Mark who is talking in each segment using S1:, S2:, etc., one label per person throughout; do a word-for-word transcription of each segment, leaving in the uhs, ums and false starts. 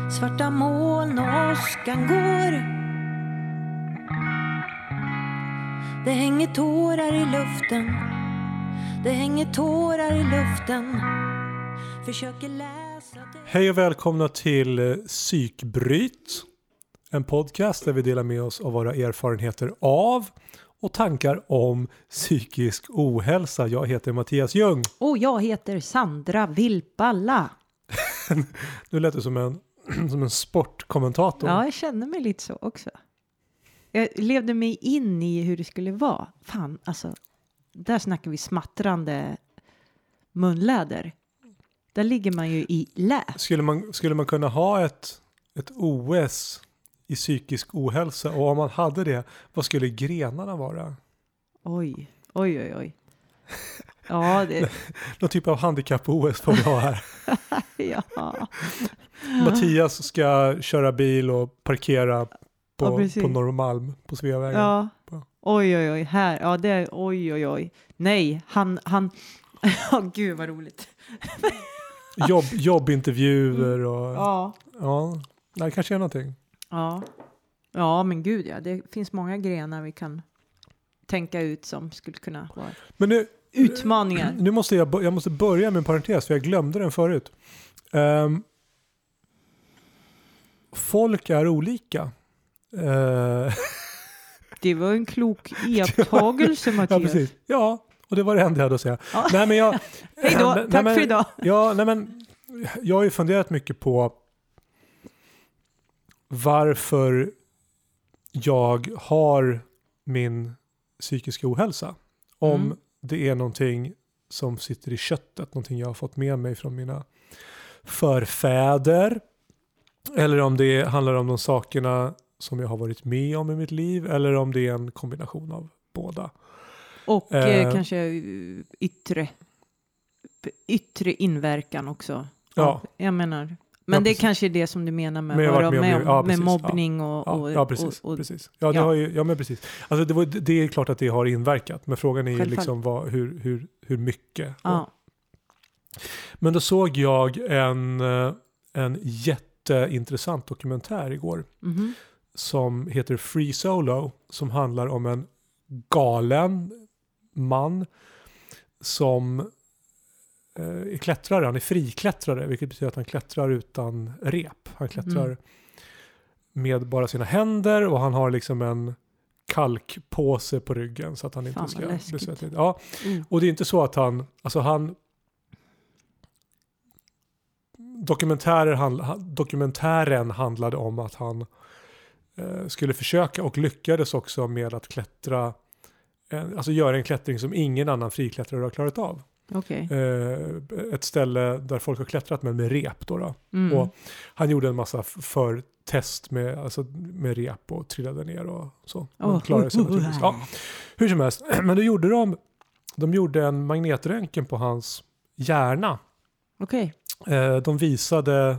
S1: Svarta moln och åskan går. Det hänger tårar i luften. Det hänger tårar i luften. Försöker läsa det.
S2: Hej och välkomna till Psykbryt. En podcast där vi delar med oss av våra erfarenheter av och tankar om psykisk ohälsa. Jag heter Mattias Ljung.
S1: Och jag heter Sandra Vilpalla.
S2: Nu lät det som en, som en sportkommentator.
S1: Ja, jag känner mig lite så också. Jag levde mig in i hur det skulle vara. Fan, alltså. Där snackar vi smattrande munläder. Där ligger man ju i lä.
S2: Skulle man, skulle man kunna ha ett, ett O S i psykisk ohälsa? Och om man hade det, vad skulle grenarna vara?
S1: Oj, oj, oj, oj. Ja, det...
S2: Någon typ av handikapp-O S får vi ha här.
S1: Ja.
S2: Mattias ska köra bil och parkera på,
S1: ja,
S2: på Norrmalm på Sveavägen.
S1: Ja. Oj, oj, oj. Här. Ja, det är oj, oj, oj. Nej, han... han... Ja, oh, gud vad roligt.
S2: Jobb, jobbintervjuer och...
S1: Ja.
S2: Ja, det kanske är någonting.
S1: Ja. Ja, men gud ja. Det finns många grenar vi kan tänka ut som skulle kunna vara
S2: men nu,
S1: utmaningar.
S2: Nu måste jag, jag måste börja med en parentes för jag glömde den förut. Um, folk är olika. Uh,
S1: det var en klok iakttagelse, Mattias.
S2: Ja, precis. Ja, och det var det enda jag hade att säga. Ja. Nej, men jag...
S1: Hej då,
S2: nej,
S1: tack
S2: men,
S1: för idag.
S2: Ja, nej, men jag har ju funderat mycket på varför jag har min psykiska ohälsa. Om mm. det är någonting som sitter i köttet, någonting jag har fått med mig från mina förfäder, eller om det handlar om de sakerna som jag har varit med om i mitt liv, eller om det är en kombination av båda.
S1: Och eh, kanske yttre yttre inverkan också.
S2: Ja.
S1: Jag menar, men
S2: ja,
S1: det är kanske det som du menar med, med,
S2: med,
S1: med,
S2: ja,
S1: med mobbning och,
S2: ja,
S1: och...
S2: Ja, precis.
S1: Och, och,
S2: precis. Ja, det ja. Har ju, ja, men precis. Alltså det, var, det är klart att det har inverkat, men frågan är ju liksom vad, hur, hur, hur mycket.
S1: Ja.
S2: Men då såg jag en, en jätteintressant dokumentär igår
S1: Mm-hmm.
S2: som heter Free Solo, som handlar om en galen man som eh, är klättrare. Han är friklättrare, vilket betyder att han klättrar utan rep. Han klättrar mm. med bara sina händer och han har liksom en kalkpåse på ryggen så att han
S1: Fan,
S2: inte ska bli svettig.
S1: Ja. Mm.
S2: Och det är inte så att han, alltså han dokumentärer handla, dokumentären handlade om att han eh, skulle försöka och lyckades också med att klättra, eh, alltså göra en klättring som ingen annan friklättrare har klarat av.
S1: Okay.
S2: Eh, ett ställe där folk har klättrat med, med rep då. då.
S1: Mm.
S2: Och han gjorde en massa förtest med, alltså med rep och trillade ner och så.
S1: Oh.
S2: Klarade sig naturligtvis. Ja, hur som helst. Men då gjorde de, de gjorde en magnetröntgen på hans hjärna.
S1: Okej. Okay.
S2: De visade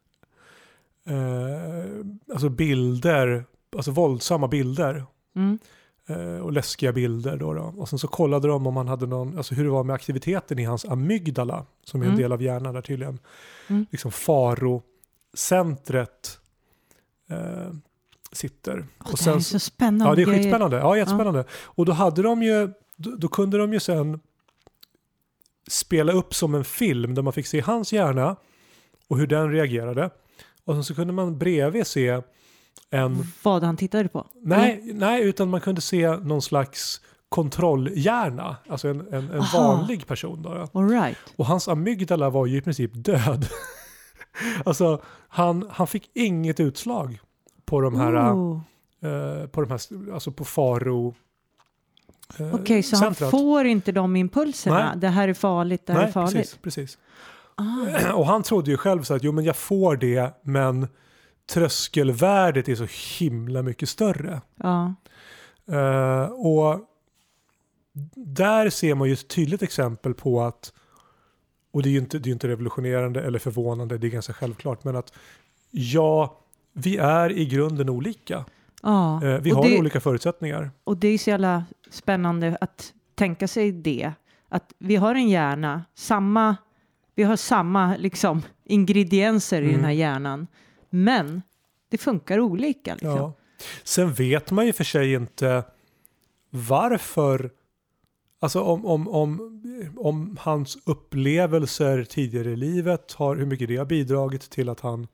S2: eh, alltså bilder, alltså våldsamma bilder
S1: mm.
S2: eh, och läskiga bilder då, då. Och sen så kollade de om han hade någon, alltså hur det var med aktiviteten i hans amygdala som är en mm. del av hjärnan där tydligen mm. liksom farocentret eh, sitter.
S1: Oh,
S2: och sen,
S1: det är så spännande.
S2: Ja, det är skitspännande. Ja, jättespännande. Ja. Och då hade de ju, då, då kunde de ju sen spela upp som en film där man fick se hans hjärna och hur den reagerade. Och sen så kunde man bredvid se en...
S1: Vad han tittade på?
S2: Nej, mm. nej utan man kunde se någon slags kontrollhjärna. Alltså en, en, en vanlig person. Då, ja.
S1: All right.
S2: Och hans amygdala var ju i princip död. Alltså han, han fick inget utslag på de här... Oh. Uh, på de här, alltså på faro...
S1: Okej, okay, så centrat. Han får inte de impulserna. Nej. Det här är farligt, det här
S2: Nej,
S1: är farligt.
S2: Precis, precis.
S1: Ah.
S2: Och han trodde ju själv så att jo, men jag får det, men tröskelvärdet är så himla mycket större.
S1: Ja.
S2: Uh, och där ser man ju ett tydligt exempel på att, och det är ju inte, det är inte revolutionerande eller förvånande, det är ganska självklart, men att ja, vi är i grunden olika.
S1: Ja,
S2: uh, vi har det, olika förutsättningar.
S1: Och det är så jävla spännande att tänka sig det. Att vi har en hjärna, samma, vi har samma liksom ingredienser mm. i den här hjärnan. Men det funkar olika. Liksom.
S2: Ja. Sen vet man ju för sig inte varför, alltså om, om, om, om hans upplevelser tidigare i livet har, hur mycket det har bidragit till att han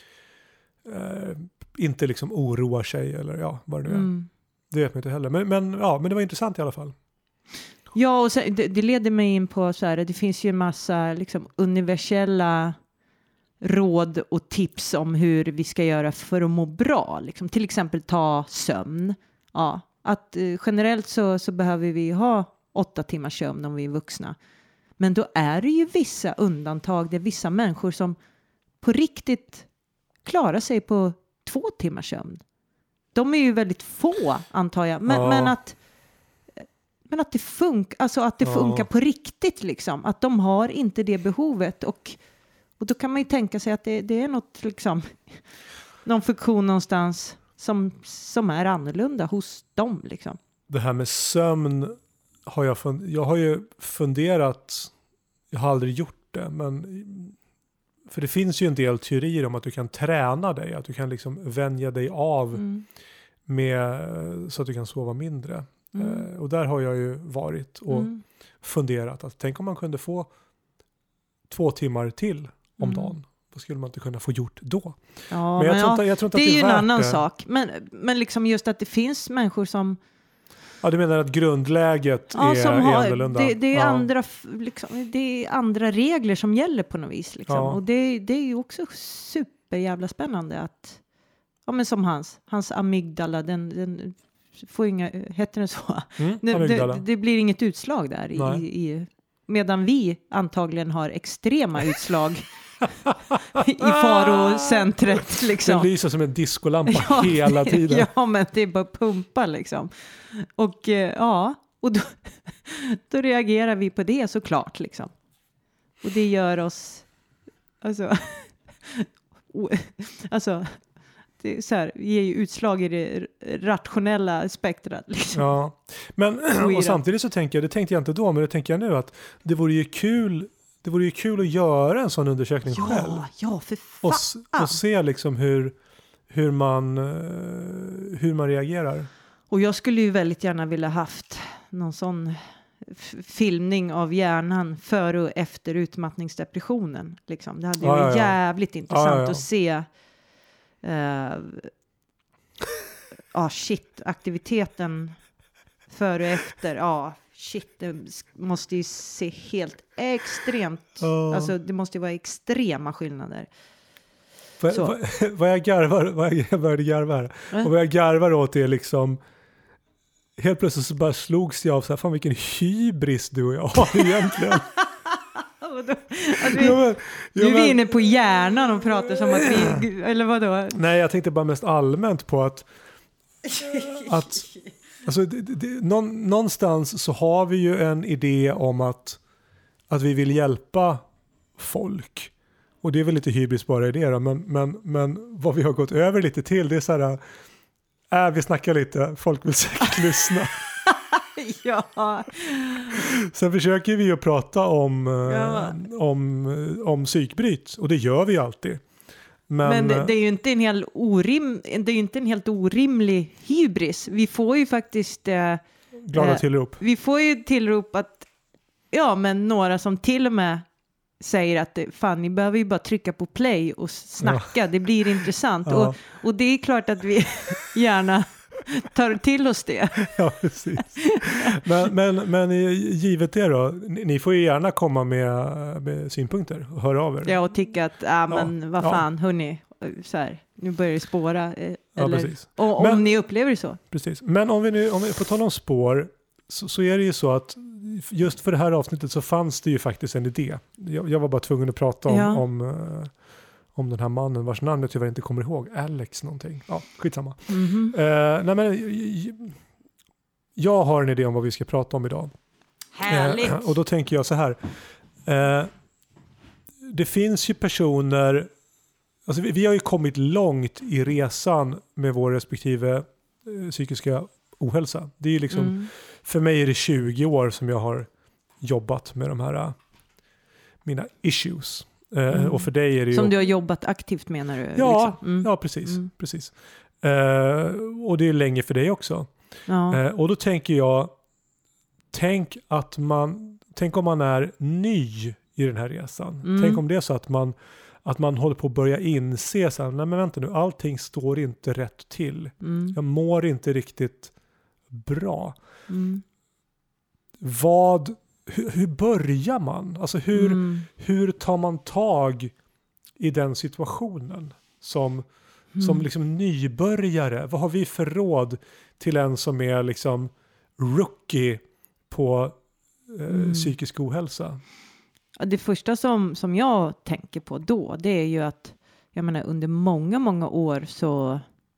S2: eh, inte liksom oroar sig eller ja, vad det nu är. Mm. Det vet man inte heller. Men, men, ja, men det var intressant i alla fall.
S1: Ja, och så, det, det leder mig in på så här, det finns ju en massa liksom, universella råd och tips om hur vi ska göra för att må bra. Liksom. Till exempel ta sömn. Ja, att eh, generellt så, så behöver vi ha åtta timmars sömn om vi är vuxna. Men då är det ju vissa undantag. Det är vissa människor som på riktigt klarar sig på två timmars sömn. De är ju väldigt få, antar jag. Men, ja. men att men att det funkar, alltså att det ja. funkar på riktigt liksom. Att de har inte det behovet. Och, och då kan man ju tänka sig att det, det är något liksom, någon funktion någonstans som, som är annorlunda hos dem liksom.
S2: Det här med sömn har jag, fund- jag har ju funderat, jag har aldrig gjort det, men för det finns ju en del teorier om att du kan träna dig, att du kan liksom vänja dig av mm. med, så att du kan sova mindre. Mm. Uh, och där har jag ju varit och mm. funderat att tänk om man kunde få två timmar till om mm. dagen. Vad skulle man inte kunna få gjort då?
S1: Ja,
S2: men jag,
S1: men
S2: tror
S1: ja,
S2: inte, jag tror inte
S1: det
S2: att det är
S1: är ju en
S2: värt
S1: annan
S2: det.
S1: sak. Men, men liksom just att det finns människor som...
S2: Ja, du menar att grundläget
S1: ja,
S2: är,
S1: som
S2: är
S1: har,
S2: annorlunda?
S1: Det, det, är
S2: ja.
S1: andra, liksom, det är andra regler som gäller på något vis. Liksom.
S2: Ja.
S1: Och det, det är ju också super jävla spännande att... Ja, men som hans. Hans amygdala, den... den får inga, heter det så?
S2: Mm,
S1: det, det, det blir inget utslag där. I, i, medan vi antagligen har extrema utslag i farocentret. Liksom.
S2: Den lyser som en diskolampa
S1: ja,
S2: hela tiden.
S1: Ja, men det är bara pumpa liksom. Och ja, och då, då reagerar vi på det såklart liksom. Och det gör oss alltså, alltså det är så här, ger ju utslag i det rationella spektrat. Liksom.
S2: Ja, men och samtidigt så tänker jag, det tänkte jag inte då, men det tänker jag nu att det vore ju kul, det vore ju kul att göra en sån undersökning
S1: ja,
S2: själv.
S1: Ja, för fan.
S2: Och, och se liksom hur, hur, man, hur man reagerar.
S1: Och jag skulle ju väldigt gärna vilja haft någon sån f- filmning av hjärnan före och efter utmattningsdepressionen. Liksom. Det hade ju
S2: ja,
S1: varit
S2: ja, ja.
S1: jävligt intressant
S2: ja, ja, ja.
S1: att se Ja, uh, oh, shit, aktiviteten före och efter, ja, oh, shit, det måste ju se helt extremt, oh. alltså det måste ju vara extrema skillnader.
S2: Vad, vad, vad jag garvar, vad jag började garva här, äh? och vad jag garvar åt är liksom, helt plötsligt så bara slogs jag av så här, fan vilken hybris du och jag har egentligen.
S1: Alltså, vi, ja, men, ja, nu är vi inne på hjärnan och pratar som att vi, eller vadå?
S2: Nej, jag tänkte bara mest allmänt på att, att alltså, det, det, någon, någonstans så har vi ju en idé om att, att vi vill hjälpa folk. Och det är väl lite hybris bara i det då, men, men, men vad vi har gått över lite till, det är så här, äh, vi snackar lite, folk vill säkert lyssna.
S1: Ja.
S2: Sen försöker vi ju prata om,
S1: ja.
S2: eh, om, om psykbryt, och det gör vi alltid. Men,
S1: Men det, det är ju inte en hel orim, det är ju inte en helt orimlig hybris. Vi får ju faktiskt eh,
S2: glada tillrop.
S1: Vi får ju tillrop att ja, men några som till och med säger att fan, ni behöver ju bara trycka på play och snacka, ja. Det blir intressant. Ja. Och, och det är klart att vi gärna tar till oss det.
S2: Ja, precis. Men, men, men givet det då, ni, ni får ju gärna komma med, med synpunkter och höra av er.
S1: Ja, och tycka att, ah, men ja, vad fan, ja. hörni, så här, nu börjar det spåra. Eh,
S2: ja,
S1: eller,
S2: precis.
S1: Och,
S2: men,
S1: om ni upplever det så.
S2: Precis. Men om vi nu, om vi får tala om spår, så, så är det ju så att just för det här avsnittet så fanns det ju faktiskt en idé. Jag, jag var bara tvungen att prata om, ja. om uh, om den här mannen vars namn jag tyvärr inte kommer ihåg. Alex någonting. Ja, skitsamma.
S1: Mm-hmm.
S2: Uh, nej, men, jag har en idé om vad vi ska prata om idag.
S1: Härligt.
S2: Uh, och då tänker jag så här. Uh, det finns ju personer, alltså vi, vi har ju kommit långt i resan med vår respektive uh, psykiska ohälsa. Det är ju liksom, mm. för mig är det tjugo år som jag har jobbat med de här uh, mina issues. Eh,
S1: Mm.
S2: Och för dig är det ju...
S1: Som du har jobbat aktivt menar du?
S2: Ja,
S1: liksom. mm.
S2: ja precis.
S1: Mm.
S2: precis. Eh, och det är länge för dig också.
S1: Ja.
S2: Eh, och då tänker jag, tänk att man, tänk om man är ny i den här resan.
S1: Mm.
S2: Tänk om det är så att man, att man håller på att börja inse så här, nej men vänta nu, allting står inte rätt till.
S1: Mm.
S2: Jag mår inte riktigt bra.
S1: Mm.
S2: Vad, hur, hur börjar man? Alltså hur,
S1: Mm.
S2: hur tar man tag i den situationen som,
S1: Mm.
S2: som liksom nybörjare? Vad har vi för råd till en som är liksom rookie på eh,
S1: Mm.
S2: psykisk ohälsa?
S1: Ja, det första som, som jag tänker på då, det är ju att jag menar under många, många år så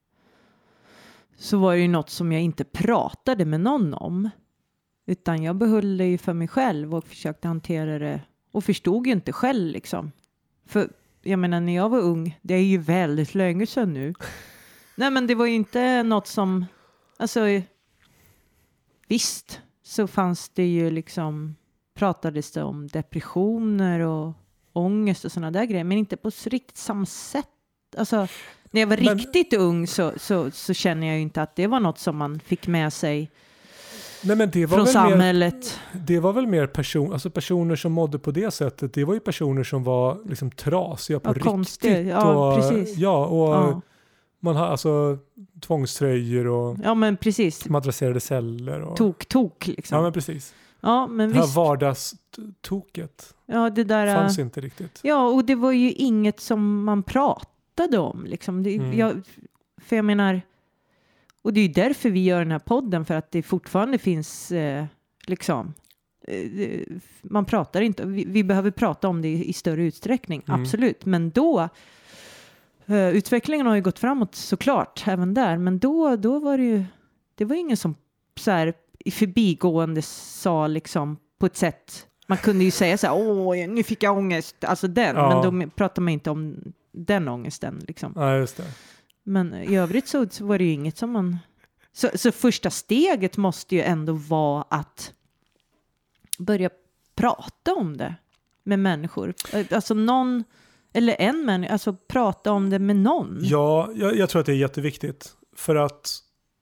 S1: så var det ju något som jag inte pratade med någon om. Utan jag behöll det ju för mig själv och försökte hantera det och förstod ju inte själv liksom. För jag menar när jag var ung, det är ju väldigt länge sedan nu. Nej men det var ju inte något som, alltså visst så fanns det ju liksom, pratades det om depressioner och ångest och sådana där grejer, men inte på riktigt samma sätt. Alltså när jag var
S2: Men-
S1: riktigt ung så, så, så känner jag ju inte att det var något som man fick med sig
S2: Nej, men det var
S1: från
S2: väl mer,
S1: samhället.
S2: det var väl mer person, alltså personer som mådde på det sättet. Det var ju personer som var liksom trasiga på
S1: Ja,
S2: riktigt.
S1: konstiga. Ja,
S2: och,
S1: precis.
S2: Ja, och
S1: Ja.
S2: man har alltså tvångströjor och
S1: ja men precis.
S2: madrasserade celler. Och,
S1: Tok, tok liksom.
S2: ja,
S1: Ja
S2: men precis.
S1: men,
S2: Det här
S1: visst.
S2: vardagstoket
S1: Ja, det där.
S2: fanns
S1: äh,
S2: inte riktigt.
S1: Ja, och det var ju inget som man pratade om liksom. Det,
S2: Mm.
S1: jag, för jag menar, och det är ju därför vi gör den här podden, för att det fortfarande finns eh, liksom, eh, man pratar inte, vi, vi behöver prata om det i, i större utsträckning,
S2: Mm.
S1: absolut, men då eh, utvecklingen har ju gått framåt såklart, även där, men då, då var det ju, det var ingen som så här i förbigående sa liksom på ett sätt, man kunde ju säga så här, åh, nu fick jag ångest, alltså den,
S2: Ja.
S1: men då pratar man inte om den ångesten liksom.
S2: Ja, just det.
S1: Men i övrigt så, så var det ju inget som man... Så, så första steget måste ju ändå vara att börja prata om det med människor. Alltså någon, eller en människa, alltså prata om det med någon.
S2: Ja, jag, jag tror att det är jätteviktigt. För att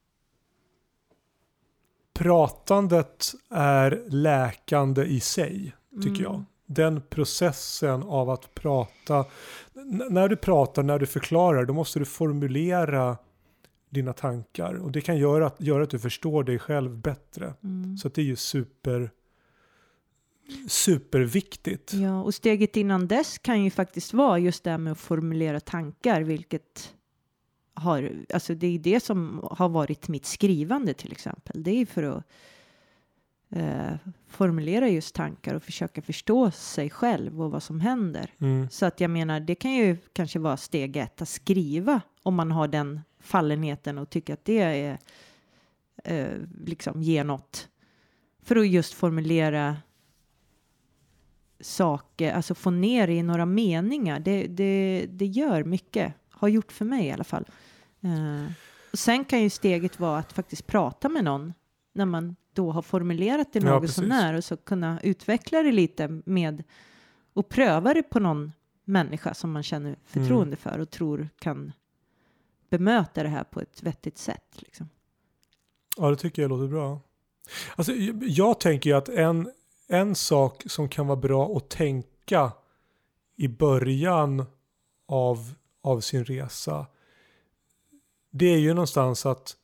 S2: pratandet är läkande i sig, tycker
S1: Mm.
S2: jag. Den processen av att prata. N- när du pratar, när du förklarar, då måste du formulera dina tankar. Och det kan göra att, göra att du förstår dig själv bättre.
S1: Mm.
S2: Så att det är ju super, superviktigt.
S1: Ja, och steget innan dess kan ju faktiskt vara just det här med att formulera tankar, vilket har, alltså det är det som har varit mitt skrivande till exempel. Det är för att eh, formulera just tankar och försöka förstå sig själv och vad som händer.
S2: Mm.
S1: Så att jag menar, det kan ju kanske vara steg ett att skriva om man har den fallenheten och tycker att det är eh, liksom ger något. För att just formulera saker, alltså få ner det i några meningar. Det, det, det gör mycket, har gjort för mig i alla fall. Eh, och sen kan ju steget vara att faktiskt prata med någon när man då har formulerat det
S2: Ja,
S1: något
S2: precis.
S1: så när och så kunna utveckla det lite med och pröva det på någon människa som man känner förtroende för och tror kan bemöta det här på ett vettigt sätt. Liksom.
S2: Ja, det tycker jag låter bra. Alltså, jag, jag tänker ju att en, en sak som kan vara bra att tänka i början av, av sin resa, det är ju någonstans att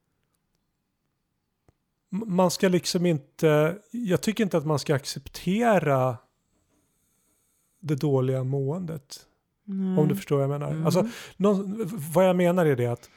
S2: m- man ska liksom inte, jag tycker inte att man ska acceptera det dåliga måendet.
S1: Mm.
S2: Om du förstår vad jag menar.
S1: Mm.
S2: Alltså, någon, vad jag menar är det att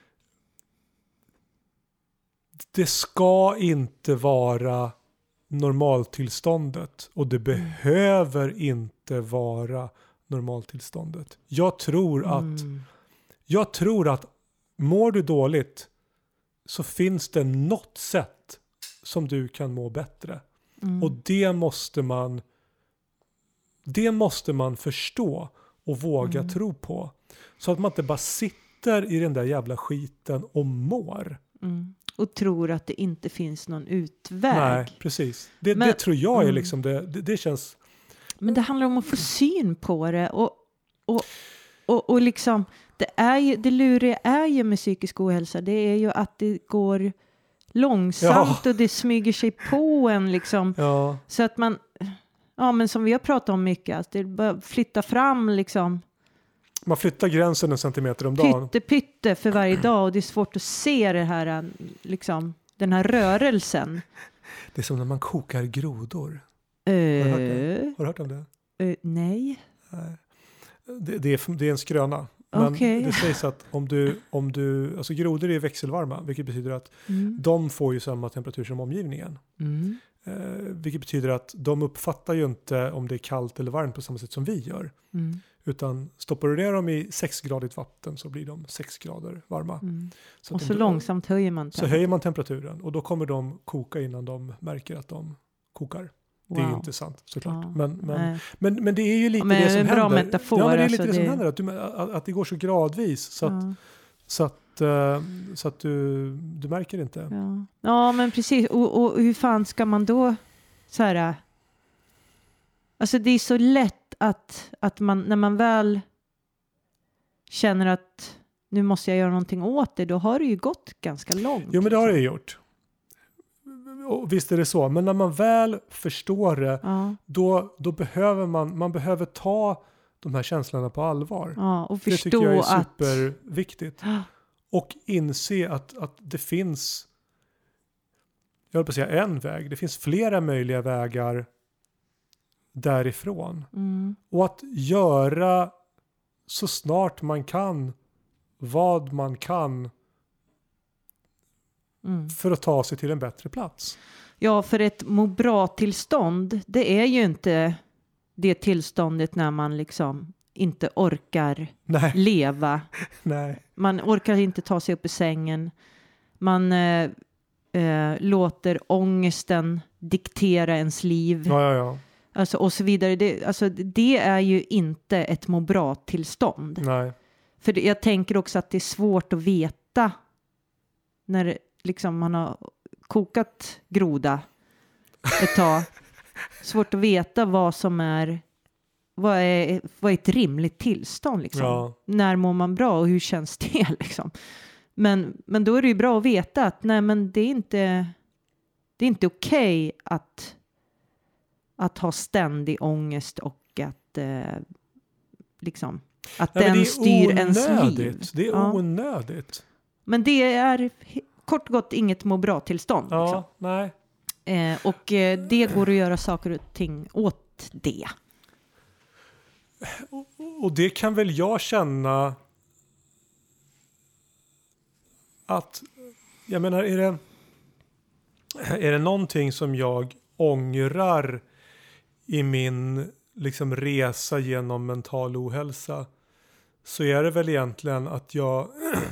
S2: det ska inte vara normaltillståndet och det behöver inte vara normaltillståndet. Jag tror att
S1: Mm.
S2: jag tror att mår du dåligt så finns det något sätt som du kan må bättre.
S1: Mm.
S2: Och det måste man det måste man förstå och våga
S1: Mm.
S2: tro på. Så att man inte bara sitter i den där jävla skiten och mår.
S1: Mm. Och tror att det inte finns någon utväg.
S2: Nej, precis. Det,
S1: Men-
S2: det tror jag är
S1: mm.
S2: liksom det, det, det känns
S1: Men det handlar om att få syn på det. Och, och, och, och liksom, det, är ju, det luriga är ju med psykisk ohälsa. Det är ju att det går långsamt ja. och det smyger sig på en. Liksom,
S2: ja.
S1: Så att man, ja men som vi har pratat om mycket, att det bara flyttar fram liksom.
S2: Man flyttar gränsen en centimeter om dagen.
S1: Pytte, pytte för varje dag och det är svårt att se det här, liksom, den här rörelsen.
S2: Det är som när man kokar grodor.
S1: Uh,
S2: Har, du hört det? Har du hört om det?
S1: Uh, nej.
S2: nej. Det, det, är, det är en skröna. Men
S1: okay.
S2: det sägs att om du, om du, alltså grodor är växelvarma, vilket betyder att
S1: mm.
S2: de får ju samma temperatur som omgivningen.
S1: Mm.
S2: Eh, vilket betyder att de uppfattar ju inte om det är kallt eller varmt på samma sätt som vi gör.
S1: Mm.
S2: Utan stoppar du ner dem i sexgradigt vatten så blir de sex grader varma.
S1: Mm.
S2: Så
S1: och så
S2: de,
S1: långsamt höjer man
S2: temperaturen. Så höjer man temperaturen och då kommer de koka innan de märker att de kokar. Wow. Det är ju inte sant såklart. Ja, men, men, men, men det är ju lite ja, det som
S1: en
S2: händer.
S1: Bra metafor,
S2: ja, men det är
S1: alltså
S2: lite det,
S1: det
S2: som händer. Att, du, att, att det går så gradvis så att, ja. så att, uh, så att du, du märker inte.
S1: Ja, ja men precis. Och, och hur fan ska man då så här... Alltså det är så lätt att, att man, när man väl känner att nu måste jag göra någonting åt det, då har det ju gått ganska långt.
S2: Jo, men det har det gjort. Och visst är det så, men när man väl förstår det,
S1: ja.
S2: då, då behöver man, man behöver ta de här känslorna på allvar.
S1: Ja, och förstå
S2: det tycker jag är
S1: att...
S2: superviktigt. Och inse att, att det finns, jag vill på säga en väg, det finns flera möjliga vägar därifrån.
S1: Mm.
S2: Och att göra så snart man kan vad man kan
S1: mm.
S2: för att ta sig till en bättre plats.
S1: Ja, för ett må bra-tillstånd, det är ju inte det tillståndet när man liksom inte orkar
S2: Nej.
S1: leva.
S2: Nej.
S1: Man orkar inte ta sig upp i sängen. Man eh, eh, låter ångesten diktera ens liv.
S2: Ja, ja, ja.
S1: Alltså, och så vidare. Det, alltså, det är ju inte ett må bra-tillstånd.
S2: Nej.
S1: För det, jag tänker också att det är svårt att veta när liksom man har kokat groda ett tag. Svårt att veta vad som är vad är, vad är ett rimligt tillstånd liksom.
S2: Ja.
S1: När mår man bra och hur känns det liksom. Men, men då är det ju bra att veta att nej, men det är inte det är inte okej att att ha ständig ångest och att eh, liksom att
S2: nej,
S1: den styr
S2: onödigt.
S1: ens liv.
S2: Det är
S1: ja.
S2: onödigt.
S1: Men det är kort och gott inget må bra tillstånd.
S2: Ja,
S1: liksom.
S2: nej.
S1: Eh, och eh, det går att göra saker och ting åt det.
S2: Och, och det kan väl jag känna att, jag menar, är det är det någonting som jag ångrar i min liksom resa genom mental ohälsa, så är det väl egentligen att jag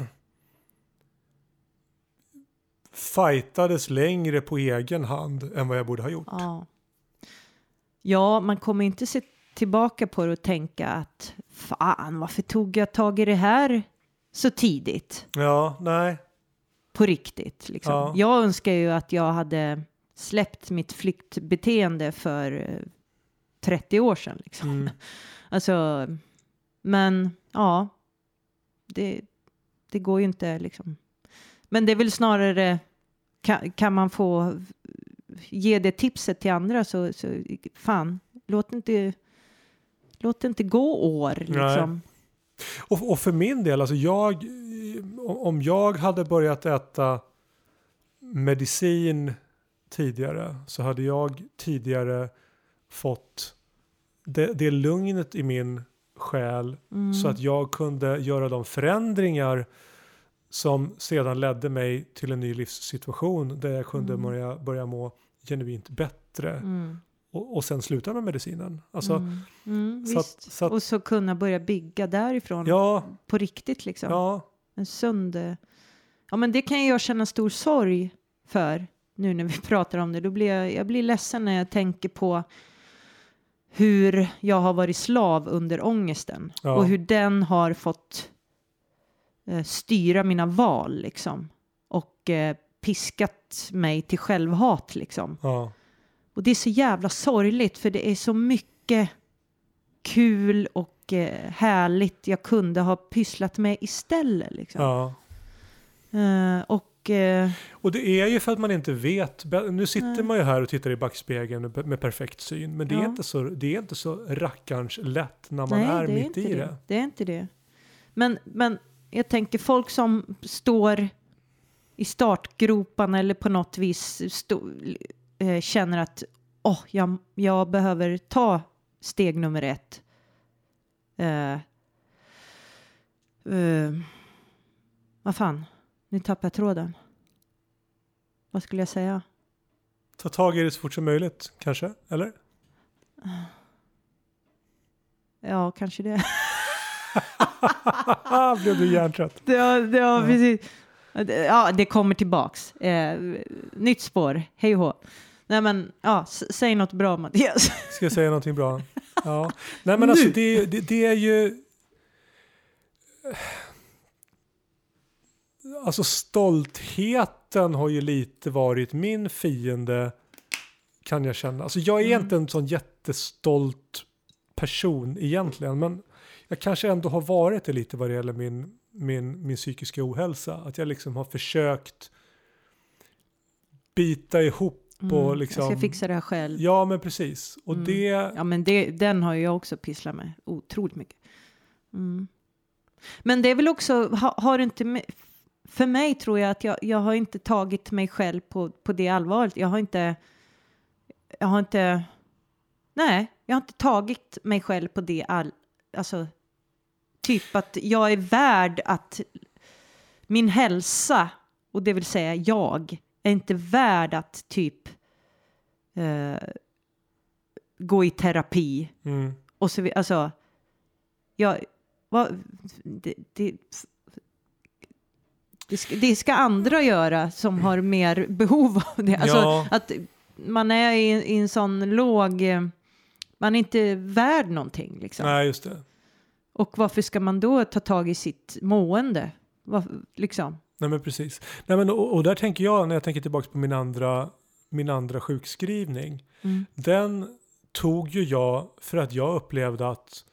S2: fightades längre på egen hand än vad jag borde ha gjort.
S1: Ja, ja man kommer inte se tillbaka på det och tänka att fan, varför tog jag tag i det här så tidigt?
S2: Ja, nej.
S1: På riktigt. Liksom.
S2: Ja.
S1: Jag önskar ju att jag hade släppt mitt flyktbeteende för trettio år sedan. Liksom.
S2: Mm.
S1: Alltså, men ja, det, det går ju inte liksom. Men det är väl snarare, kan, kan man få ge det tipset till andra så, så fan, låt inte, låt inte gå år liksom.
S2: Och, och för min del, alltså jag, om jag hade börjat äta medicin tidigare så hade jag tidigare fått det, det lugnet i min själ mm. så att jag kunde göra de förändringar som sedan ledde mig till en ny livssituation där jag kunde mm. börja, börja må genuint bättre.
S1: Mm.
S2: Och, och sen sluta med medicinen. Alltså,
S1: mm. Mm,
S2: så att, så att,
S1: och så kunna börja bygga därifrån
S2: ja,
S1: på riktigt liksom.
S2: Ja.
S1: En sund... Ja, men det kan jag känna stor sorg för nu när vi pratar om det. Då blir jag, jag blir ledsen när jag tänker på hur jag har varit slav under ångesten.
S2: Ja.
S1: Och hur den har fått eh, styra mina val liksom. Och eh, piskat mig till självhat liksom.
S2: Ja.
S1: Och det är så jävla sorgligt för det är så mycket mycket kul och eh, härligt jag kunde ha pysslat med istället. Liksom.
S2: Ja.
S1: Uh, och, uh,
S2: och det är ju för att man inte vet. Nu sitter nej. man ju här och tittar i backspegeln med, med perfekt syn. Men det, ja. är inte så, det är inte så rackarns lätt när man
S1: nej,
S2: är
S1: det
S2: mitt
S1: är
S2: i
S1: det.
S2: det.
S1: Det är inte det. Men, men jag tänker folk som står i startgroparna eller på något vis stå, eh, känner att oh, jag, jag behöver ta steg nummer ett. Uh, uh, vad fan? Nu tappar jag tråden. Vad skulle jag säga?
S2: Ta tag i det så fort som möjligt, kanske? Eller?
S1: Ja, kanske det.
S2: Blev du hjärntrött?
S1: Ja, det, ja, ja. Precis. Ja, det kommer tillbaks. Eh, nytt spår. Hej och hå. Nej, men ja, s- säg något bra, Mattias.
S2: Ska jag säga någonting bra? Ja. Nej, men alltså det, det, det är ju... Alltså stoltheten har ju lite varit min fiende, kan jag känna. Alltså jag är mm. inte en sån jättestolt person egentligen, men jag kanske ändå har varit det lite vad det gäller min, min, min psykiska ohälsa. Att jag liksom har försökt bita ihop
S1: mm.
S2: och liksom...
S1: Jag ska fixa det här själv.
S2: Ja, men precis. Och
S1: mm.
S2: det...
S1: Ja, men det, den har jag också pysslat med otroligt mycket. Mm. Men det är väl också, ha, har du inte... Med, för mig tror jag att jag, jag har inte tagit mig själv på, på det allvaret. Jag har inte... Jag har inte... Nej, jag har inte tagit mig själv på det all... Alltså, typ att jag är värd att... Min hälsa, och det vill säga jag, är inte värd att typ... Eh, gå i terapi.
S2: Mm.
S1: Och så vi, alltså... Jag... Vad... Det... det Det ska, det ska andra göra som har mer behov av det. Alltså
S2: ja.
S1: att man är i, i en sån låg... Man är inte värd någonting. Liksom.
S2: Nej, just det.
S1: Och varför ska man då ta tag i sitt mående? Var, liksom?
S2: Nej, men precis. Nej, men, och, och där tänker jag, när jag tänker tillbaka på min andra, min andra sjukskrivning. Mm. Den tog ju jag för att jag upplevde att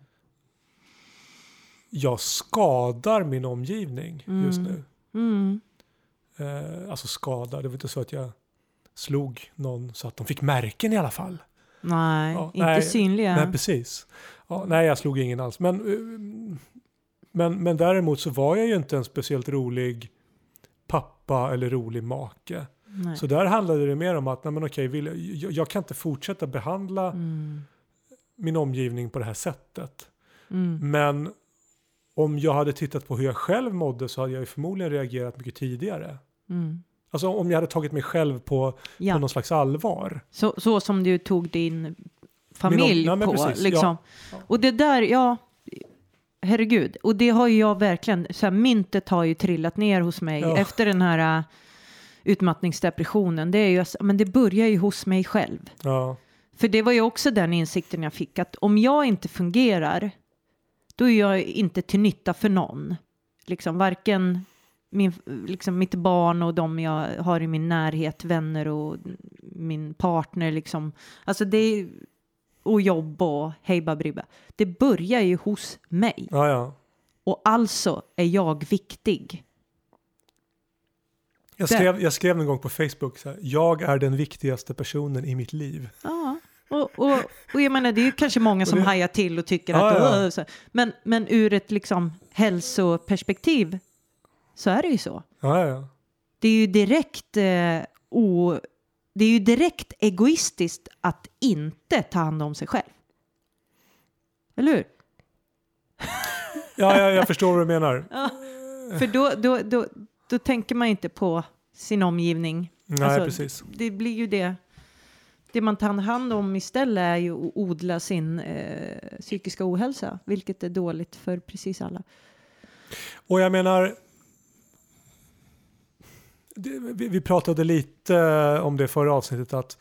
S2: jag skadar min omgivning mm. just nu.
S1: Mm.
S2: Eh, alltså skadar, det var inte så att jag slog någon så att de fick märken i alla fall.
S1: Nej,
S2: ja,
S1: inte
S2: nej,
S1: synliga.
S2: Nej, precis. Ja, nej, jag slog ingen alls. Men, men, men däremot så var jag ju inte en speciellt rolig pappa eller rolig make. Nej. Så där handlade det mer om att nej, men okej, vill jag, jag, jag kan inte fortsätta behandla mm. min omgivning på det här sättet. Mm. Men om jag hade tittat på hur jag själv mådde så hade jag ju förmodligen reagerat mycket tidigare. Mm. Alltså om jag hade tagit mig själv på, ja. på någon slags allvar.
S1: Så, så som du tog din familj
S2: om, ja,
S1: på.
S2: Precis,
S1: liksom. Ja. Och det där, ja, herregud. Och det har ju jag verkligen, så här, myntet har ju trillat ner hos mig ja. efter den här uh, utmattningsdepressionen. Det är ju, men det börjar ju hos mig själv.
S2: Ja.
S1: För det var ju också den insikten jag fick, att om jag inte fungerar, då är jag inte till nytta för någon. Liksom varken min, liksom mitt barn och de jag har i min närhet, vänner och min partner. Liksom. Alltså det är, och jobb och hej babriba. Det börjar ju hos mig.
S2: Ja, ja.
S1: Och alltså är jag viktig.
S2: Jag skrev, jag skrev en gång på Facebook så här, jag är den viktigaste personen i mitt liv.
S1: Ja. Och, och, och jag menar, det är ju kanske många som det... hajar till och tycker
S2: ja,
S1: att...
S2: Ja.
S1: Så. Men, men ur ett liksom hälsoperspektiv så är det ju så.
S2: Ja, ja.
S1: Det är ju direkt eh, o, det är ju direkt egoistiskt att inte ta hand om sig själv. Eller hur?
S2: Ja, ja jag förstår vad du menar.
S1: Ja, för då, då, då, då tänker man inte på sin omgivning.
S2: Nej,
S1: alltså,
S2: precis.
S1: Det blir ju det... Det man tar hand om istället är ju att odla sin eh, psykiska ohälsa. Vilket är dåligt för precis alla.
S2: Och jag menar... Det, vi, vi pratade lite om det förra avsnittet. Att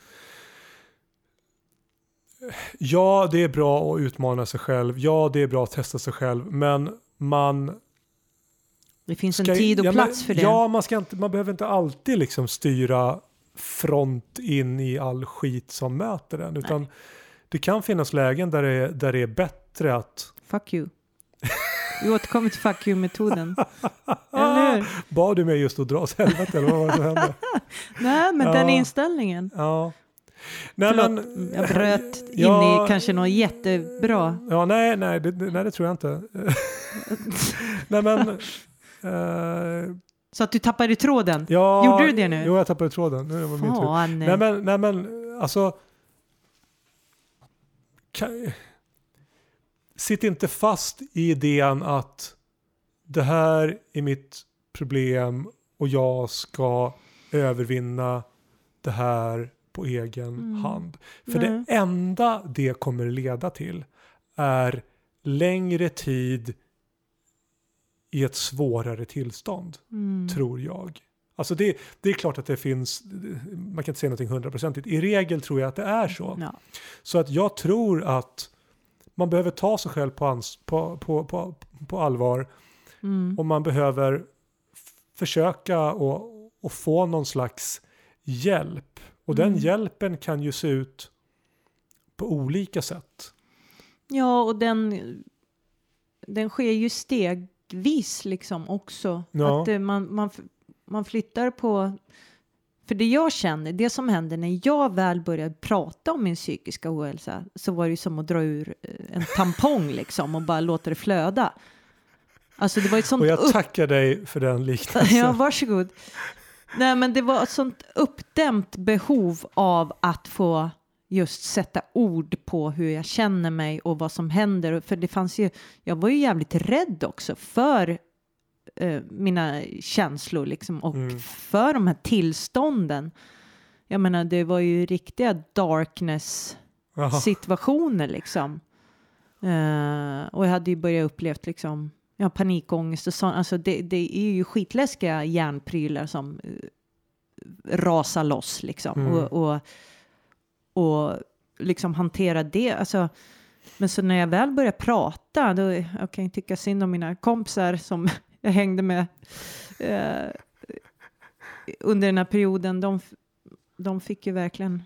S2: ja, det är bra att utmana sig själv. Ja, det är bra att testa sig själv. Men man...
S1: Det finns
S2: ska,
S1: en tid och
S2: ja,
S1: plats
S2: men,
S1: för det.
S2: Ja, man, ska inte, man behöver inte alltid liksom styra front in i all skit som möter den. Utan det kan finnas lägen där det är, där det är bättre att...
S1: Fuck you. Vi återkommer till fuck you-metoden. Eller hur?
S2: Bad du mig just att dra åt helvete eller vad var det som hände?
S1: Nej, men
S2: Ja.
S1: den inställningen.
S2: Ja. Nej,
S1: Förlåt,
S2: men,
S1: jag bröt in
S2: ja,
S1: i kanske något jättebra.
S2: Ja, nej, nej, det, nej, det tror jag inte. nej, men... Uh,
S1: Så att du tappade tråden.
S2: ja,
S1: Gjorde du det nu?
S2: Jo, jag tappade tråden. Nu var min tur.
S1: Fan.
S2: Nej, men, nej, men alltså... Kan, sitt inte fast i idén att det här är mitt problem och jag ska övervinna det här på egen
S1: Mm.
S2: hand. För
S1: Nej.
S2: det enda det kommer leda till är längre tid i ett svårare tillstånd,
S1: Mm.
S2: tror jag. Alltså det, det är klart att det finns, man kan inte säga någonting hundraprocentigt. I regel tror jag att det är så.
S1: Ja.
S2: Så att jag tror att man behöver ta sig själv på, ans- på, på, på, på allvar.
S1: Mm.
S2: Och man behöver f- försöka och, och få någon slags hjälp. Och den
S1: Mm.
S2: hjälpen kan ju se ut på olika sätt.
S1: Ja, och den, den sker ju stegvis liksom också.
S2: Ja.
S1: Att eh, man, man, man flyttar på... För det jag känner, det som händer när jag väl började prata om min psykiska ohälsa, så var det ju som att dra ur eh, en tampong liksom och bara låta det flöda. Alltså det var ett sånt
S2: Och jag
S1: upp...
S2: tackar dig för den liknelsen.
S1: Ja, varsågod. Nej, men det var ett sånt uppdämt behov av att få just sätta ord på hur jag känner mig och vad som händer. För det fanns ju, jag var ju jävligt rädd också för eh, mina känslor liksom, och
S2: Mm.
S1: för de här tillstånden. Jag menar, det var ju riktiga darkness
S2: Jaha.
S1: situationer liksom. Eh, och jag hade ju börjat upplevt liksom, ja, panikångest och sånt. Alltså det, det är ju skitläskiga järnprylar som uh, rasar loss liksom.
S2: Mm.
S1: Och, och, och liksom hantera det. Alltså, men så när jag väl börjar prata, då jag kan ju tycka synd om mina kompisar som jag hängde med eh, under den här perioden. De, de fick ju verkligen...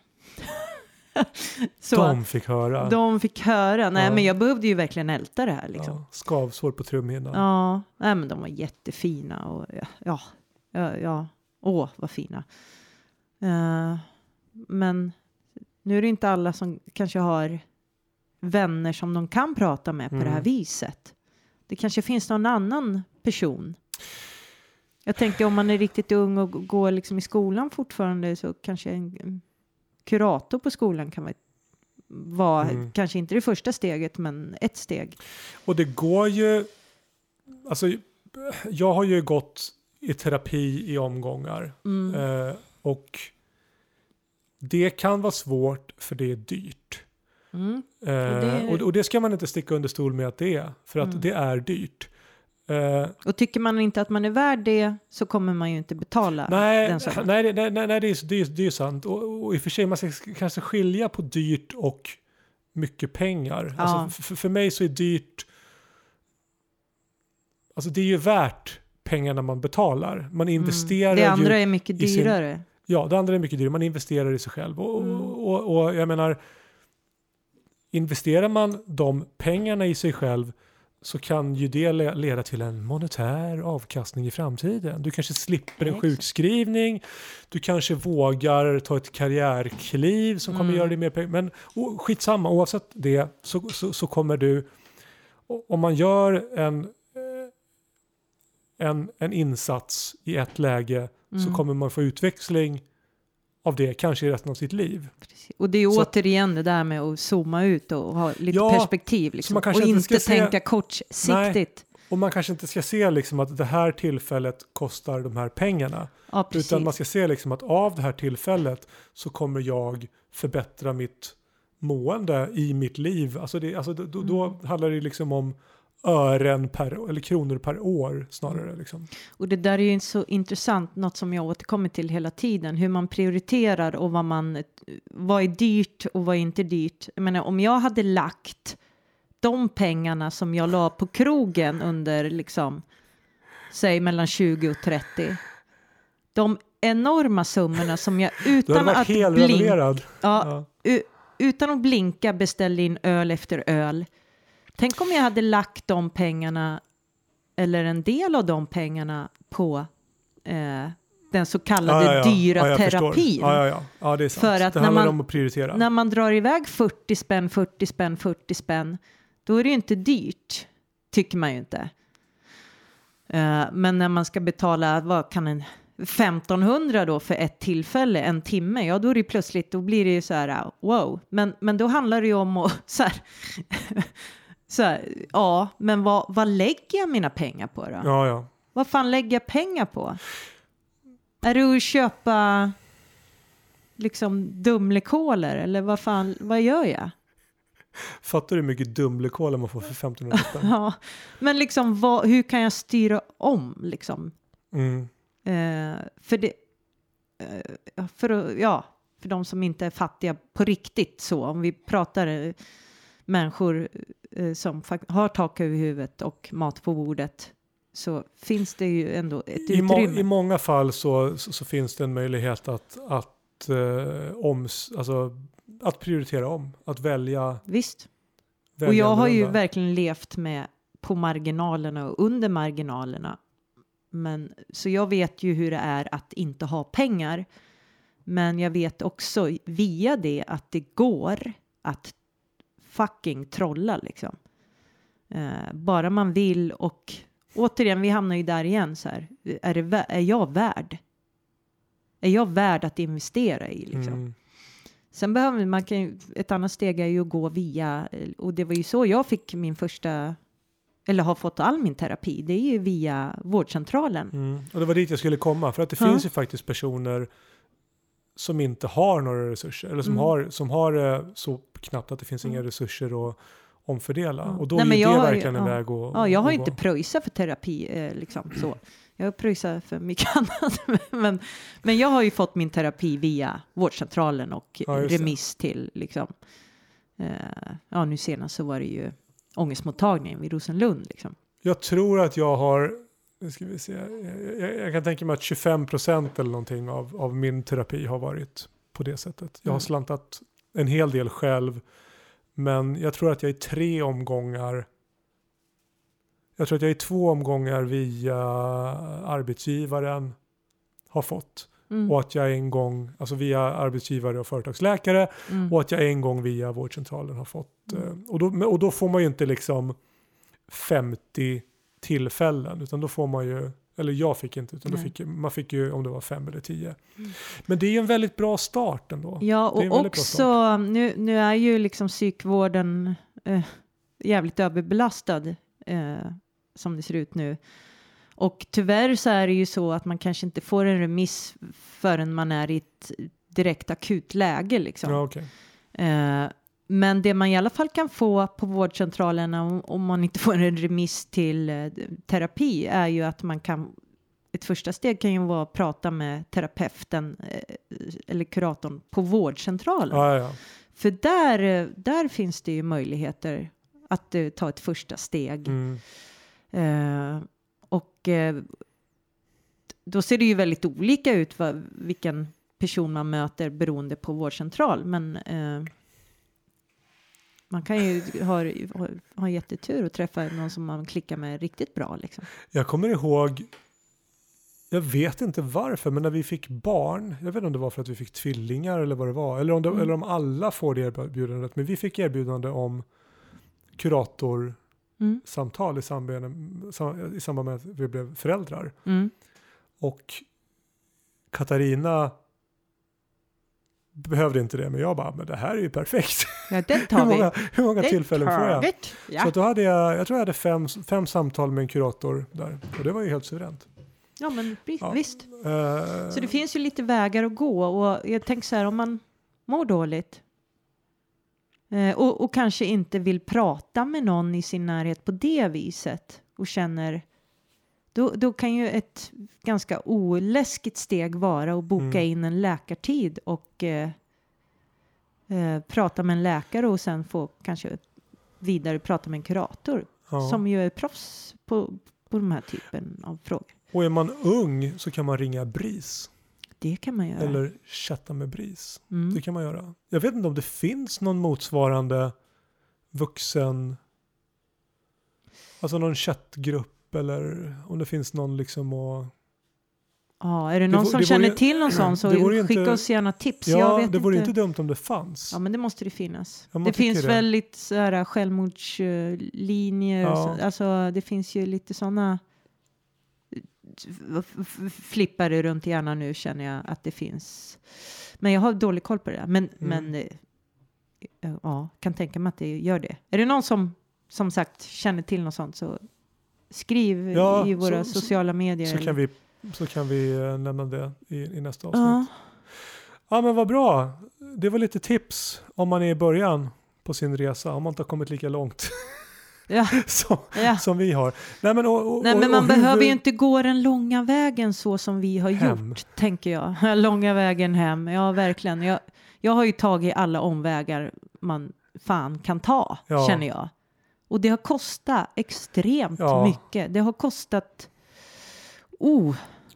S1: så,
S2: De fick höra.
S1: de fick höra. Nej,
S2: Ja.
S1: men jag behövde ju verkligen älta det här liksom.
S2: Ja, skavsår på trumhinnan.
S1: Ja, nej, men de var jättefina och ja, ja, ja, ja. Åh, vad fina. Uh, men nu är det inte alla som kanske har vänner som de kan prata med på
S2: Mm.
S1: det här viset. Det kanske finns någon annan person. Jag tänkte om man är riktigt ung och g- går liksom i skolan fortfarande, så kanske en, en kurator på skolan kan vara, vara
S2: Mm.
S1: kanske inte det första steget, men ett steg.
S2: Och det går ju, alltså jag har ju gått i terapi i omgångar.
S1: Mm.
S2: Eh, och det kan vara svårt för det är dyrt.
S1: Mm.
S2: Eh,
S1: det-
S2: och, och det ska man inte sticka under stol med att det är. För att
S1: Mm.
S2: det är dyrt. Eh,
S1: Och tycker man inte att man är värd det, så kommer man ju inte betala
S2: nej,
S1: den summan.
S2: nej, det- nej, nej, nej, det är, det är, det är sant. Och, och i och för sig, man ska kanske skilja på dyrt och mycket pengar.
S1: Ja.
S2: Alltså, för, för mig så är dyrt, alltså det är ju värt pengarna man betalar. Man investerar
S1: Mm. Det andra
S2: ju
S1: är mycket
S2: i sin-
S1: dyrare.
S2: Ja, det andra är mycket dyrare. Man investerar i sig själv. Och,
S1: Mm.
S2: och, och, och jag menar, investerar man de pengarna i sig själv, så kan ju det le- leda till en monetär avkastning i framtiden. Du kanske slipper en
S1: Exakt.
S2: sjukskrivning. Du kanske vågar ta ett karriärkliv som kommer
S1: Mm.
S2: göra dig mer pengar. Men o- skitsamma, oavsett det så, så, så kommer du, o- om man gör en, eh, en, en insats i ett läge, så
S1: Mm.
S2: kommer man få utväxling av det, kanske i resten av sitt liv.
S1: Precis. Och det är ju
S2: Så-
S1: återigen det där med att zooma ut och ha lite
S2: Ja,
S1: perspektiv. Liksom.
S2: man
S1: Och
S2: kanske inte
S1: inte
S2: ska se-
S1: tänka kortsiktigt.
S2: Och man kanske inte ska se liksom att det här tillfället kostar de här pengarna.
S1: Ja, precis.
S2: Utan man ska se liksom att av det här tillfället så kommer jag förbättra mitt mående i mitt liv. Alltså, det, alltså då, då, då
S1: Mm.
S2: handlar det liksom om ören per, eller kronor per år snarare. Liksom.
S1: Och det där är ju så intressant, något som jag återkommer till hela tiden. Hur man prioriterar och vad man, vad är dyrt och vad är inte dyrt. Jag menar, om jag hade lagt de pengarna som jag la på krogen under liksom, säg mellan tjugo och trettio. De enorma summorna som jag
S2: Du hade
S1: utan
S2: varit
S1: att
S2: helt
S1: blinka,
S2: renoverad.
S1: ja,
S2: Ja.
S1: u- utan att blinka beställde in öl efter öl. Tänk om jag hade lagt de pengarna eller en del av de pengarna på eh, den så kallade
S2: ja, ja, ja.
S1: dyra
S2: ja,
S1: terapin.
S2: Ja, ja, ja. ja, det är sant.
S1: För att
S2: det
S1: när
S2: handlar
S1: man,
S2: om att prioritera.
S1: När man drar iväg fyrtio spänn, fyrtio spänn, fyrtio spänn, då är det ju inte dyrt, tycker man ju inte. Uh, men när man ska betala, vad kan en femtonhundra då för ett tillfälle, en timme, ja då är det plötsligt, då blir det ju så här, wow. Men, men då handlar det ju om att så här, så här, ja, men vad, vad lägger jag mina pengar på då?
S2: Ja, ja.
S1: Vad fan lägger jag pengar på? Är det att köpa liksom dumlekoler eller vad fan, vad gör jag?
S2: Fattar du hur mycket dumlekola man får för femtonhundra spänn?
S1: Ja, men liksom vad, hur kan jag styra om liksom?
S2: Mm.
S1: Eh, för det eh, för, att- ja, för de som inte är fattiga på riktigt så, om vi pratar eh, människor eh, som fak- har tak över huvudet och mat på bordet, så finns det ju ändå ett
S2: I, må-
S1: utrymme.
S2: I många fall så, så, så finns det en möjlighet att, att, eh, oms, alltså, att prioritera om, att välja.
S1: Visst.
S2: välja
S1: Och jag har ju
S2: annorlunda.
S1: verkligen levt med på marginalerna och under marginalerna. Men, så jag vet ju hur det är att inte ha pengar. Men jag vet också via det att det går att fucking trolla liksom. Eh, bara man vill, och återigen, vi hamnar ju där igen så här. Är, det, vä- är jag värd? Är jag värd att investera i liksom?
S2: Mm.
S1: Sen behöver man kan ju, ett annat steg är ju att gå via, och det var ju så jag fick min första, eller har fått all min terapi, det är ju via vårdcentralen.
S2: Mm. Och det var dit jag skulle komma, för att det
S1: Ja.
S2: finns ju faktiskt personer som inte har några resurser, eller som
S1: Mm.
S2: har, som har det så knappt att det finns
S1: Mm.
S2: inga resurser att omfördela.
S1: Ja.
S2: Och då
S1: Nej,
S2: är
S1: men
S2: ju
S1: jag
S2: det
S1: har ju-
S2: verkligen en
S1: ja.
S2: väg att
S1: Ja, jag har
S2: att
S1: ju
S2: gå.
S1: inte pröjsat för terapi eh, liksom så. Jag har pröjsat för mycket annat. men, men jag har ju fått min terapi via vårdcentralen och
S2: Ja, just det.
S1: remiss till liksom, eh, ja nu senast så var det ju ångestmottagningen vid Rosenlund liksom.
S2: Jag tror att jag har, nu ska vi se, jag, jag, jag kan tänka mig att tjugofem procent eller någonting av, av min terapi har varit på det sättet. Jag har
S1: Mm.
S2: slantat en hel del själv, men jag tror att jag i tre omgångar, jag tror att jag i två omgångar via arbetsgivaren har fått.
S1: Mm.
S2: Och att jag en gång, alltså via arbetsgivare och företagsläkare,
S1: Mm.
S2: och att jag en gång via vårdcentralen har fått.
S1: Mm.
S2: eh, Och, då, och då får man ju inte liksom femtio tillfällen, utan då får man ju, eller jag fick inte, utan då
S1: Nej.
S2: fick, man fick ju om det var fem eller tio.
S1: Mm.
S2: Men det är ju en väldigt bra start ändå.
S1: Ja,
S2: Det är en
S1: och
S2: väldigt bra
S1: också nu, nu är ju liksom psykvården eh, jävligt överbelastad eh, som det ser ut nu. Och tyvärr så är det ju så att man kanske inte får en remiss förrän man är i ett direkt akut läge liksom.
S2: Ja, okej.
S1: Eh, men det man i alla fall kan få på vårdcentralerna om, om man inte får en remiss till eh, terapi är ju att man kan, ett första steg kan ju vara att prata med terapeuten eh, eller kuratorn på vårdcentralen.
S2: Ja, ja.
S1: För där, eh, där finns det ju möjligheter att eh, ta ett första steg.
S2: Mm.
S1: Eh, och eh, då ser det ju väldigt olika ut vad, vilken person man möter beroende på vårdcentral. Men eh, man kan ju ha, ha, ha jättetur och träffa någon som man klickar med riktigt bra. Liksom.
S2: Jag kommer ihåg, jag vet inte varför, men när vi fick barn, jag vet inte om det var för att vi fick tvillingar eller vad det var, eller om, det,
S1: Mm.
S2: eller om alla får det erbjudandet, men vi fick erbjudande om kurator
S1: Mm.
S2: samtal i samband, i samband med att vi blev föräldrar.
S1: Mm.
S2: Och Katarina behövde inte det, men jag bara, men det här är ju perfekt.
S1: Ja, den
S2: hur
S1: tar vi.
S2: många, hur många
S1: Den
S2: tillfällen
S1: tar
S2: får jag?
S1: vi.
S2: Så
S1: Ja.
S2: att då hade jag, jag tror jag hade fem, fem samtal med en kurator där. Och det var ju helt suveränt.
S1: ja, men vi-
S2: Ja.
S1: visst.
S2: Uh,
S1: Så det finns ju lite vägar att gå. Och jag tänker så här, om man mår dåligt eh, och, och kanske inte vill prata med någon i sin närhet på det viset och känner, då, då kan ju ett ganska oläskigt steg vara att boka
S2: Mm.
S1: in en läkartid och eh, eh, prata med en läkare och sen få kanske vidare prata med en kurator
S2: ja.
S1: som ju är proffs på, på de här typen av frågor.
S2: Och är man ung så kan man ringa BRIS.
S1: Det kan man göra.
S2: Eller chatta med Bris.
S1: Mm.
S2: Det kan man göra. Jag vet inte om det finns någon motsvarande vuxen, alltså någon chattgrupp eller om det finns någon liksom och...
S1: Ja, är det
S2: Det
S1: någon
S2: vore-
S1: som
S2: det
S1: känner
S2: vore-
S1: till någon sån så
S2: det vore ju
S1: skicka
S2: inte-
S1: oss gärna tips. jag
S2: Ja,
S1: vet
S2: det vore
S1: inte.
S2: inte dumt om det fanns.
S1: Ja, men det måste det finnas.
S2: Ja, man
S1: det
S2: tycker
S1: finns
S2: det.
S1: väl lite så här självmordslinjer.
S2: Ja.
S1: Så, alltså det finns ju lite sådana flippare runt hjärnan nu känner jag att det finns. Men jag har dålig koll på det. Men,
S2: Mm.
S1: men eh, ja, kan tänka mig att det gör det. Är det någon som som sagt känner till något sånt så skriv
S2: Ja,
S1: i våra
S2: så-
S1: sociala medier.
S2: Så kan vi, så kan vi eh, nämna det i, i nästa avsnitt.
S1: Ja.
S2: Ja, men vad bra. Det var lite tips om man är i början på sin resa. Om man inte har kommit lika långt
S1: Ja.
S2: som,
S1: Ja.
S2: som vi har. Nej, men, och, och,
S1: Nej, men
S2: och-
S1: man
S2: och
S1: behöver
S2: huvud-
S1: ju inte gå den långa vägen så som vi har
S2: Hem.
S1: gjort, tänker jag. Långa vägen hem, ja verkligen. Jag, jag har ju tagit alla omvägar man fan kan ta,
S2: Ja.
S1: känner jag. Och det har kostat extremt
S2: Ja.
S1: mycket. Det har kostat... Oh,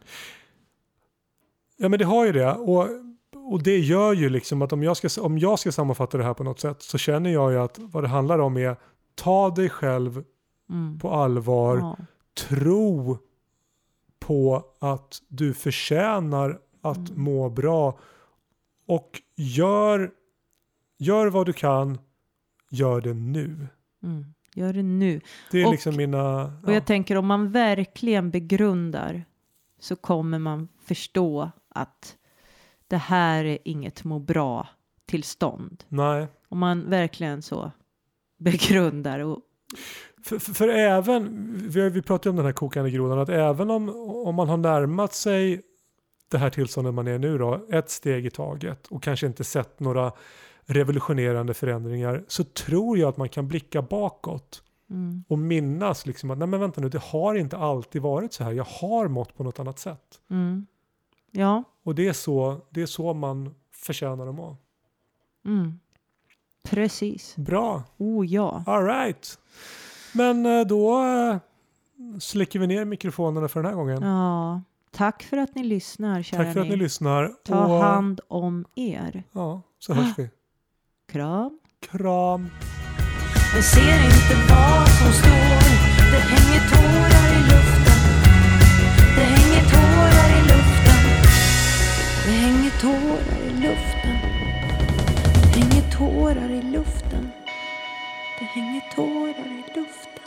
S2: Ja, men det har ju det. Och, och det gör ju liksom att om jag, ska, om jag ska sammanfatta det här på något sätt så känner jag ju att vad det handlar om är ta dig själv
S1: mm.
S2: på allvar.
S1: Ja.
S2: Tro på att du förtjänar att
S1: Mm.
S2: må bra och gör, gör vad du kan, gör det nu.
S1: Mm. Gör det nu.
S2: Det är
S1: Och-
S2: liksom mina...
S1: Och
S2: Ja,
S1: jag tänker om man verkligen begrundar så kommer man förstå att det här är inget må bra tillstånd.
S2: nej.
S1: Om man verkligen så begrundar och
S2: För, för, för även, vi, har- vi pratade om den här kokande grodan, att även om, om man har närmat sig det här tillståndet man är nu då, ett steg i taget och kanske inte sett några revolutionerande förändringar, så tror jag att man kan blicka bakåt
S1: mm,
S2: och minnas liksom att nej men vänta nu, det har inte alltid varit så här. Jag har mått på något annat sätt.
S1: mm, ja,
S2: Och det är så, det är så man förtjänar att må.
S1: mm, precis.
S2: Bra,
S1: Oh ja.
S2: all right. Men eh, då eh, släcker vi ner mikrofonerna för den här gången.
S1: Ja, tack för att ni lyssnar, kära
S2: Tack för att ni lyssnar.
S1: Ta
S2: och,
S1: hand om er.
S2: Ja, så hörs vi.
S1: Kram.
S2: Kram.
S1: Jag ser inte vad som står. Det hänger tårar i luften. Det hänger tårar i luften. Det hänger tårar i luften. Det hänger tårar i luften. Det hänger tårar i luften.